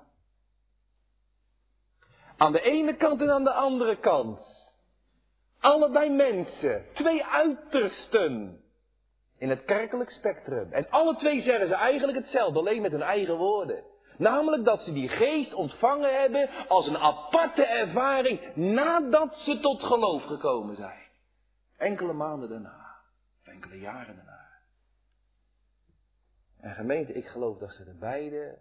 Aan de ene kant en aan de andere kant. Allebei mensen. Twee uitersten. In het kerkelijk spectrum. En alle twee zeggen ze eigenlijk hetzelfde, alleen met hun eigen woorden. Namelijk dat ze die Geest ontvangen hebben als een aparte ervaring nadat ze tot geloof gekomen zijn. Enkele maanden daarna. Of enkele jaren daarna. En gemeente, ik geloof dat ze er beide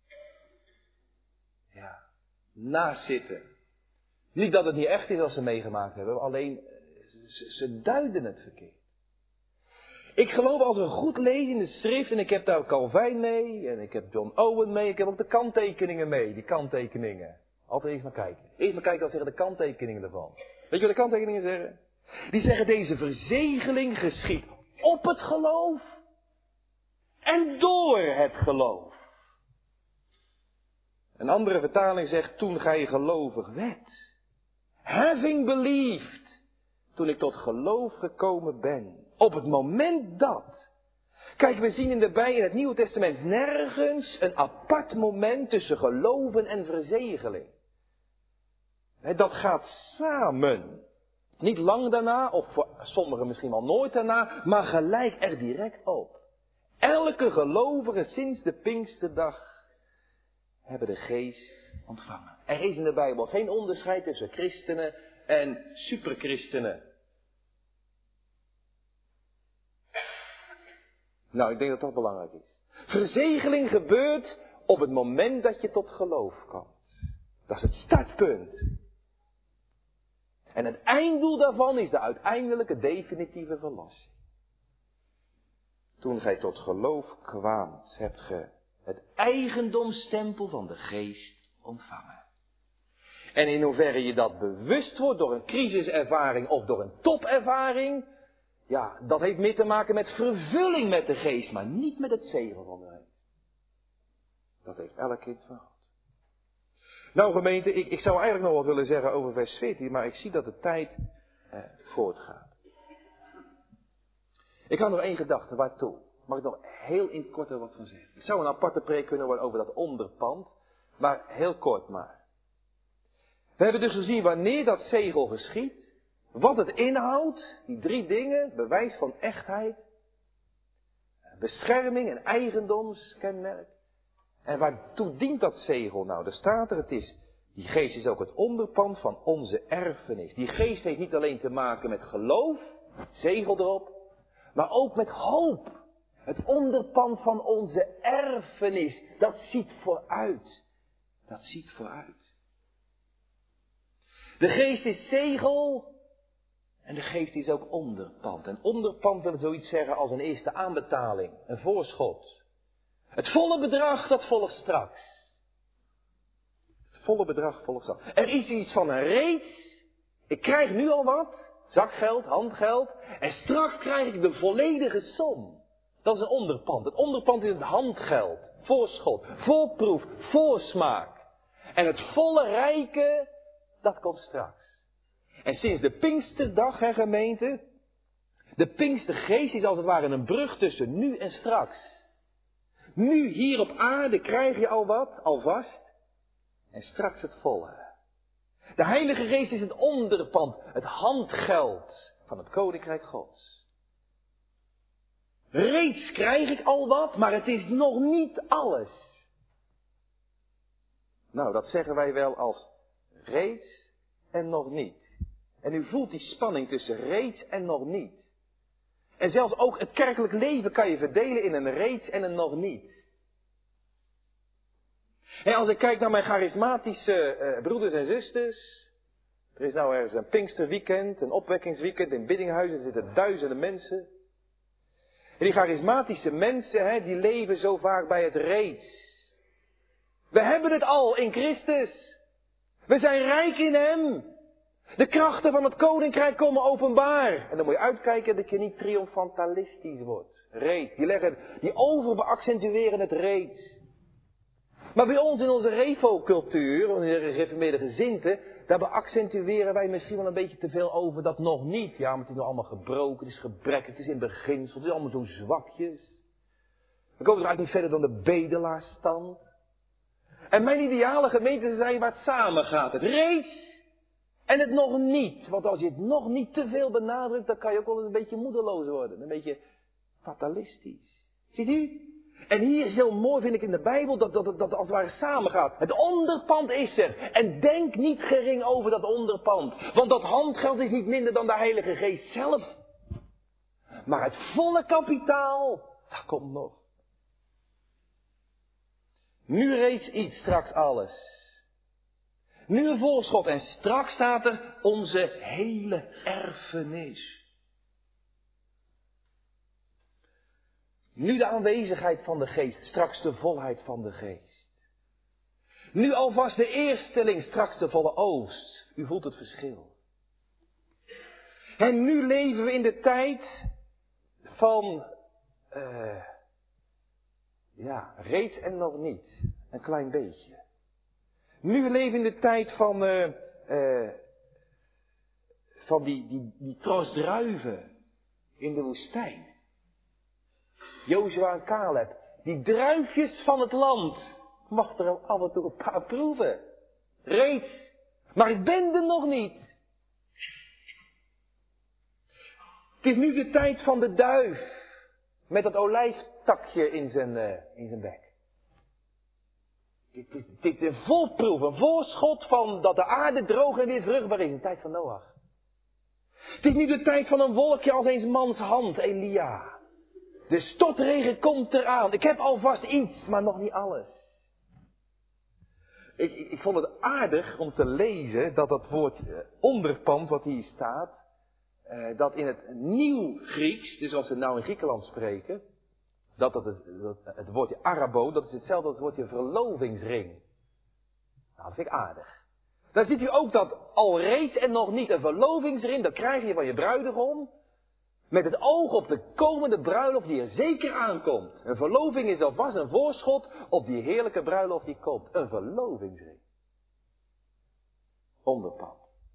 naast zitten. Niet dat het niet echt is als ze meegemaakt hebben, alleen ze duiden het verkeerd. Ik geloof als we goed lezen in de schrift, en ik heb daar Calvijn mee, en ik heb John Owen mee, ik heb ook de kanttekeningen mee, die kanttekeningen. Altijd eerst maar kijken. Eerst maar kijken wat zeggen de kanttekeningen ervan. Weet je wat de kanttekeningen zeggen? Die zeggen deze verzegeling geschiet op het geloof en door het geloof. Een andere vertaling zegt toen gij gelovig werd. Having believed. Toen ik tot geloof gekomen ben. Op het moment dat. Kijk, we zien in het Nieuwe Testament nergens een apart moment tussen geloven en verzegeling. Dat gaat samen. Niet lang daarna, of voor sommigen misschien wel nooit daarna, maar gelijk er direct op. Elke gelovige sinds de Pinksterdag hebben de Geest ontvangen. Er is in de Bijbel geen onderscheid tussen christenen en superchristenen. Nou, ik denk dat dat belangrijk is. Verzegeling gebeurt op het moment dat je tot geloof komt. Dat is het startpunt. En het einddoel daarvan is de uiteindelijke definitieve verlossing. Toen gij tot geloof kwaamt, hebt ge het eigendomsstempel van de Geest ontvangen. En in hoeverre je dat bewust wordt door een crisiservaring of door een topervaring, dat heeft meer te maken met vervulling met de Geest, maar niet met het zegel van de Geest. Dat heeft elk kind van God. Nou gemeente, ik zou eigenlijk nog wat willen zeggen over vers 14, maar ik zie dat de tijd voortgaat. Ik had nog één gedachte, waartoe? Mag ik nog heel in het kort er wat van zeggen? Het zou een aparte preek kunnen worden over dat onderpand, maar heel kort maar. We hebben dus gezien wanneer dat zegel geschiet, wat het inhoudt, die 3 dingen, bewijs van echtheid, bescherming en eigendomskenmerk. En waartoe dient dat zegel nou? Er staat er, die Geest is ook het onderpand van onze erfenis. Die Geest heeft niet alleen te maken met geloof, het zegel erop, maar ook met hoop. Het onderpand van onze erfenis, dat ziet vooruit. Dat ziet vooruit. De Geest is zegel en de Geest is ook onderpand. En onderpand wil zoiets zeggen als een eerste aanbetaling, een voorschot. Het volle bedrag, dat volgt straks. Het volle bedrag volgt straks. Er is iets van een reeds. Ik krijg nu al wat, zakgeld, handgeld, en straks krijg ik de volledige som. Dat is een onderpand. Het onderpand is het handgeld, voorschot, voorproef, voorsmaak. En het volle rijke, dat komt straks. En sinds de Pinksterdag, gemeente, de Pinkstergeest is als het ware een brug tussen nu en straks. Nu hier op aarde krijg je al wat, alvast, en straks het volle. De Heilige Geest is het onderpand, het handgeld van het Koninkrijk Gods. Reeds krijg ik al wat, maar het is nog niet alles. Nou, dat zeggen wij wel als reeds en nog niet. En u voelt die spanning tussen reeds en nog niet. En zelfs ook het kerkelijk leven kan je verdelen in een reeds en een nog niet. En als ik kijk naar mijn charismatische broeders en zusters. Er is nou ergens een Pinksterweekend, een opwekkingsweekend in Biddinghuizen. Er zitten duizenden mensen. En die charismatische mensen, die leven zo vaak bij het reeds. We hebben het al in Christus. We zijn rijk in Hem. De krachten van het koninkrijk komen openbaar. En dan moet je uitkijken dat je niet triomfantalistisch wordt. Reeds. Die overbeaccentueren het reeds. Maar bij ons in onze revo-cultuur, in de gereformeerde gezinten, daar beaccentueren wij misschien wel een beetje te veel over dat nog niet. Ja, maar het is nog allemaal gebroken, het is gebrekkig, het is in beginsel, het is allemaal zo zwakjes. We komen er eigenlijk niet verder dan de bedelaarsstand. En mijn ideale gemeente zijn waar het samen gaat. Het reeds en het nog niet. Want als je het nog niet te veel benadrukt, dan kan je ook wel eens een beetje moedeloos worden. Een beetje fatalistisch. Ziet u? En hier is heel mooi, vind ik in de Bijbel, dat als het ware samengaat. Het onderpand is er. En denk niet gering over dat onderpand. Want dat handgeld is niet minder dan de Heilige Geest zelf. Maar het volle kapitaal, dat komt nog. Nu reeds iets, straks alles. Nu een voorschot en straks staat er onze hele erfenis. Nu de aanwezigheid van de Geest, straks de volheid van de Geest. Nu alvast de eersteling, straks de volle oogst. U voelt het verschil. En nu leven we in de tijd van, reeds en nog niet. Een klein beetje. Nu leven we in de tijd van die tros druiven in de woestijn. Jozua en Caleb, die druifjes van het land. Mag er af en toe een paar proeven. Reeds. Maar ik ben er nog niet. Het is nu de tijd van de duif. Met dat olijftakje in zijn bek. Dit is een voorproef, een voorschot van dat de aarde droog en weer vruchtbaar is. In de tijd van Noach. Het is nu de tijd van een wolkje als eens mans hand, Elia. De stortregen komt eraan. Ik heb alvast iets, maar nog niet alles. Ik vond het aardig om te lezen dat woordje onderpand wat hier staat. Dat in het nieuw Grieks, dus als we nou in Griekenland spreken. Het woordje arabo, dat is hetzelfde als het woordje verlovingsring. Nou, dat vind ik aardig. Dan ziet u ook dat al reeds en nog niet een verlovingsring, dat krijg je van je bruidegom. Met het oog op de komende bruiloft die er zeker aankomt. Een verloving is alvast een voorschot op die heerlijke bruiloft die komt. Een verlovingsring. Onderpand.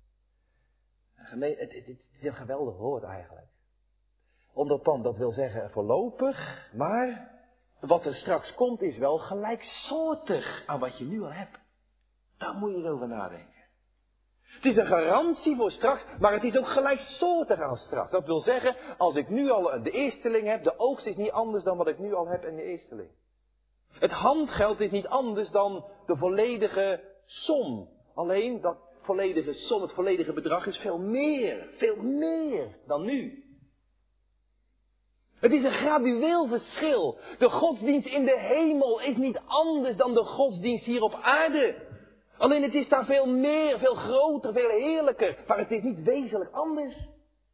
Het is een geweldig woord eigenlijk. Onderpand, dat wil zeggen voorlopig, maar wat er straks komt is wel gelijksoortig aan wat je nu al hebt. Daar moet je eens over nadenken. Het is een garantie voor straks, maar het is ook gelijksoortig aan straks. Dat wil zeggen, als ik nu al de eersteling heb, de oogst is niet anders dan wat ik nu al heb in de eersteling. Het handgeld is niet anders dan de volledige som. Alleen dat volledige som, het volledige bedrag is veel meer dan nu. Het is een gradueel verschil. De godsdienst in de hemel is niet anders dan de godsdienst hier op aarde. Alleen het is daar veel meer, veel groter, veel heerlijker. Maar het is niet wezenlijk anders.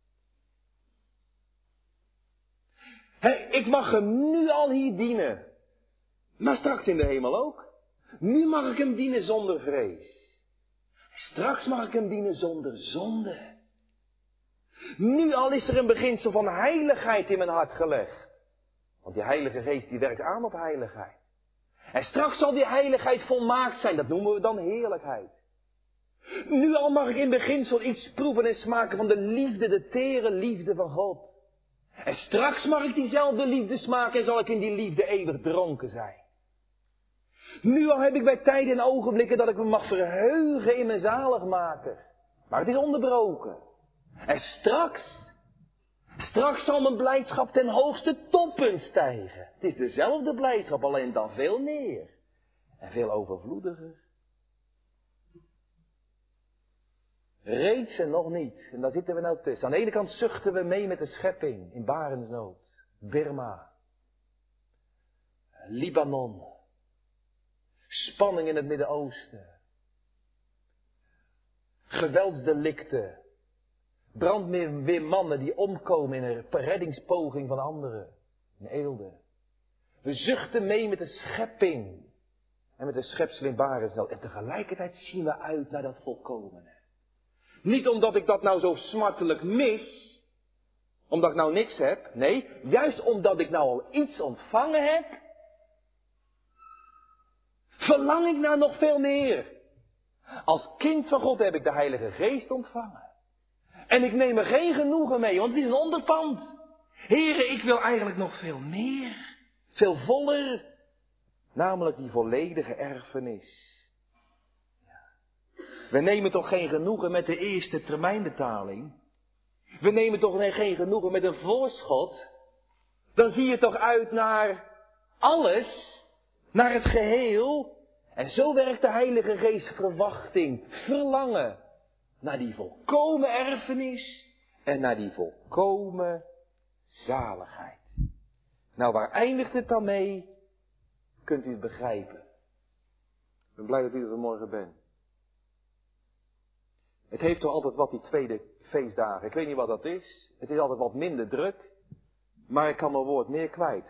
Ik mag hem nu al hier dienen. Maar straks in de hemel ook. Nu mag ik hem dienen zonder vrees. Straks mag ik hem dienen zonder zonde. Nu al is er een beginsel van heiligheid in mijn hart gelegd. Want die Heilige Geest die werkt aan op heiligheid. En straks zal die heiligheid volmaakt zijn. Dat noemen we dan heerlijkheid. Nu al mag ik in beginsel iets proeven en smaken van de liefde, de tere liefde van God. En straks mag ik diezelfde liefde smaken en zal ik in die liefde eeuwig dronken zijn. Nu al heb ik bij tijden en ogenblikken dat ik me mag verheugen in mijn zaligmaker. Maar het is onderbroken. En straks zal mijn blijdschap ten hoogste toppunt stijgen. Het is dezelfde blijdschap, alleen dan veel meer. En veel overvloediger. Reeds en nog niet. En daar zitten we nou tussen. Aan de ene kant zuchten we mee met de schepping in barensnood. Birma. Libanon. Spanning in het Midden-Oosten. Geweldsdelicten. Brandweermannen die omkomen in een reddingspoging van anderen. In Eelde. We zuchten mee met de schepping. En met de schepsel in barensnood. En tegelijkertijd zien we uit naar dat volkomene. Niet omdat ik dat nou zo smartelijk mis. Omdat ik nou niks heb. Nee, juist omdat ik nou al iets ontvangen heb. Verlang ik naar nog veel meer. Als kind van God heb ik de Heilige Geest ontvangen. En ik neem er geen genoegen mee, want het is een onderpand. Heren, ik wil eigenlijk nog veel meer. Veel voller. Namelijk die volledige erfenis. We nemen toch geen genoegen met de eerste termijnbetaling? We nemen toch geen genoegen met een voorschot? Dan zie je toch uit naar alles, naar het geheel. En zo werkt de Heilige Geest verwachting, verlangen naar die volkomen erfenis en naar die volkomen zaligheid. Nou, waar eindigt het dan mee? Kunt u het begrijpen? Ik ben blij dat u er vanmorgen bent. Het heeft toch altijd wat, die tweede feestdagen. Ik weet niet wat dat is. Het is altijd wat minder druk. Maar ik kan mijn woord meer kwijt.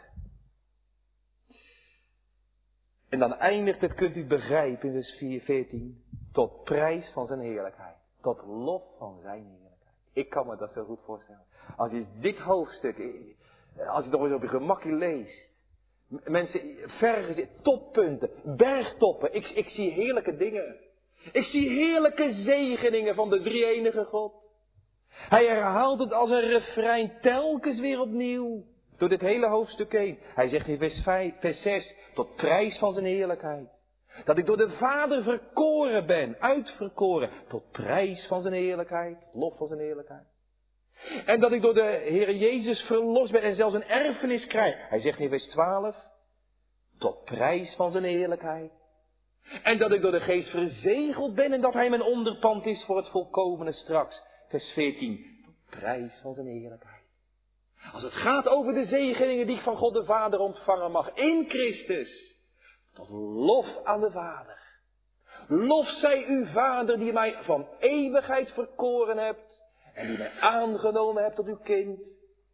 En dan eindigt het, kunt u begrijpen, in vers 14. Tot prijs van zijn heerlijkheid. Tot lof van zijn heerlijkheid. Ik kan me dat zo goed voorstellen. Als je dit hoofdstuk, als je nog eens op je gemakje leest. Mensen, vergen, toppunten, bergtoppen. Ik zie heerlijke dingen. Ik zie heerlijke zegeningen van de drie-enige God. Hij herhaalt het als een refrein telkens weer opnieuw. Door dit hele hoofdstuk heen. Hij zegt in vers 6, tot prijs van zijn heerlijkheid. Dat ik door de Vader verkoren ben, uitverkoren. Tot prijs van zijn heerlijkheid, lof van zijn heerlijkheid. En dat ik door de Heer Jezus verlost ben en zelfs een erfenis krijg. Hij zegt in vers 12, tot prijs van zijn heerlijkheid. En dat ik door de Geest verzegeld ben en dat hij mijn onderpand is voor het volkomene straks. Vers 14, tot prijs van zijn heerlijkheid. Als het gaat over de zegeningen die ik van God de Vader ontvangen mag in Christus. Tot lof aan de Vader. Lof zij uw Vader die mij van eeuwigheid verkoren hebt. En die mij aangenomen hebt tot uw kind.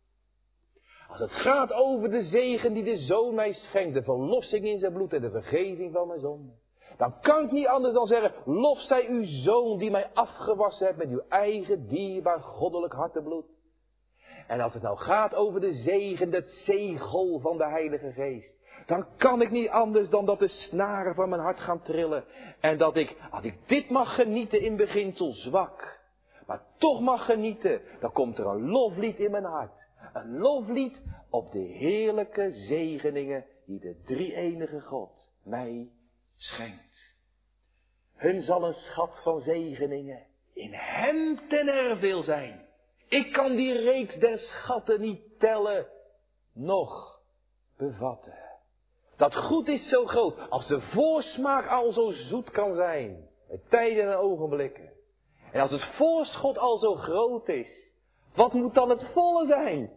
Als het gaat over de zegen die de Zoon mij schenkt. De verlossing in zijn bloed en de vergeving van mijn zonden. Dan kan ik niet anders dan zeggen, lof zij uw Zoon die mij afgewassen hebt met uw eigen dierbaar goddelijk hartebloed. En als het nou gaat over de zegen, het zegel van de Heilige Geest. Dan kan ik niet anders dan dat de snaren van mijn hart gaan trillen. En dat ik, als ik dit mag genieten in beginsel zwak. Maar toch mag genieten, dan komt er een loflied in mijn hart. Een loflied op de heerlijke zegeningen die de drie-enige God mij schenkt. Hun zal een schat van zegeningen in hem ten erfdeel zijn. Ik kan die reeks der schatten niet tellen, noch bevatten. Dat goed is zo groot, als de voorsmaak al zo zoet kan zijn, met tijden en ogenblikken. En als het voorschot al zo groot is, wat moet dan het volle zijn?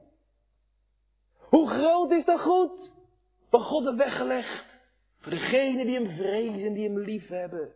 Hoe groot is dat goed? Wat God heeft weggelegd. Voor degenen die hem vrezen, die hem lief hebben.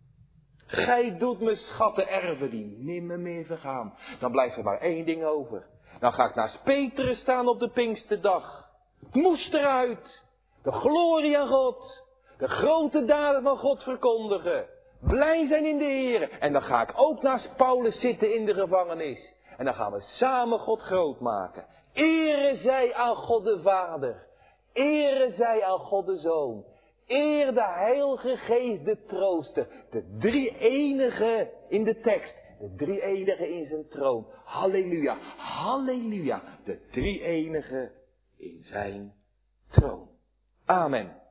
Gij doet me schatten erven die nimmer meer vergaan. Dan blijft er maar één ding over. Dan ga ik naast Petrus staan op de Pinksterdag. Het moest eruit. De glorie aan God. De grote daden van God verkondigen. Blij zijn in de Heer. En dan ga ik ook naast Paulus zitten in de gevangenis. En dan gaan we samen God groot maken. Ere zij aan God de Vader. Ere zij aan God de Zoon. Eer de Heilige Geest de Trooster. De drie-enige in de tekst. De drie-enige in zijn troon. Halleluja. Halleluja. De drie-enige in zijn troon. Amen.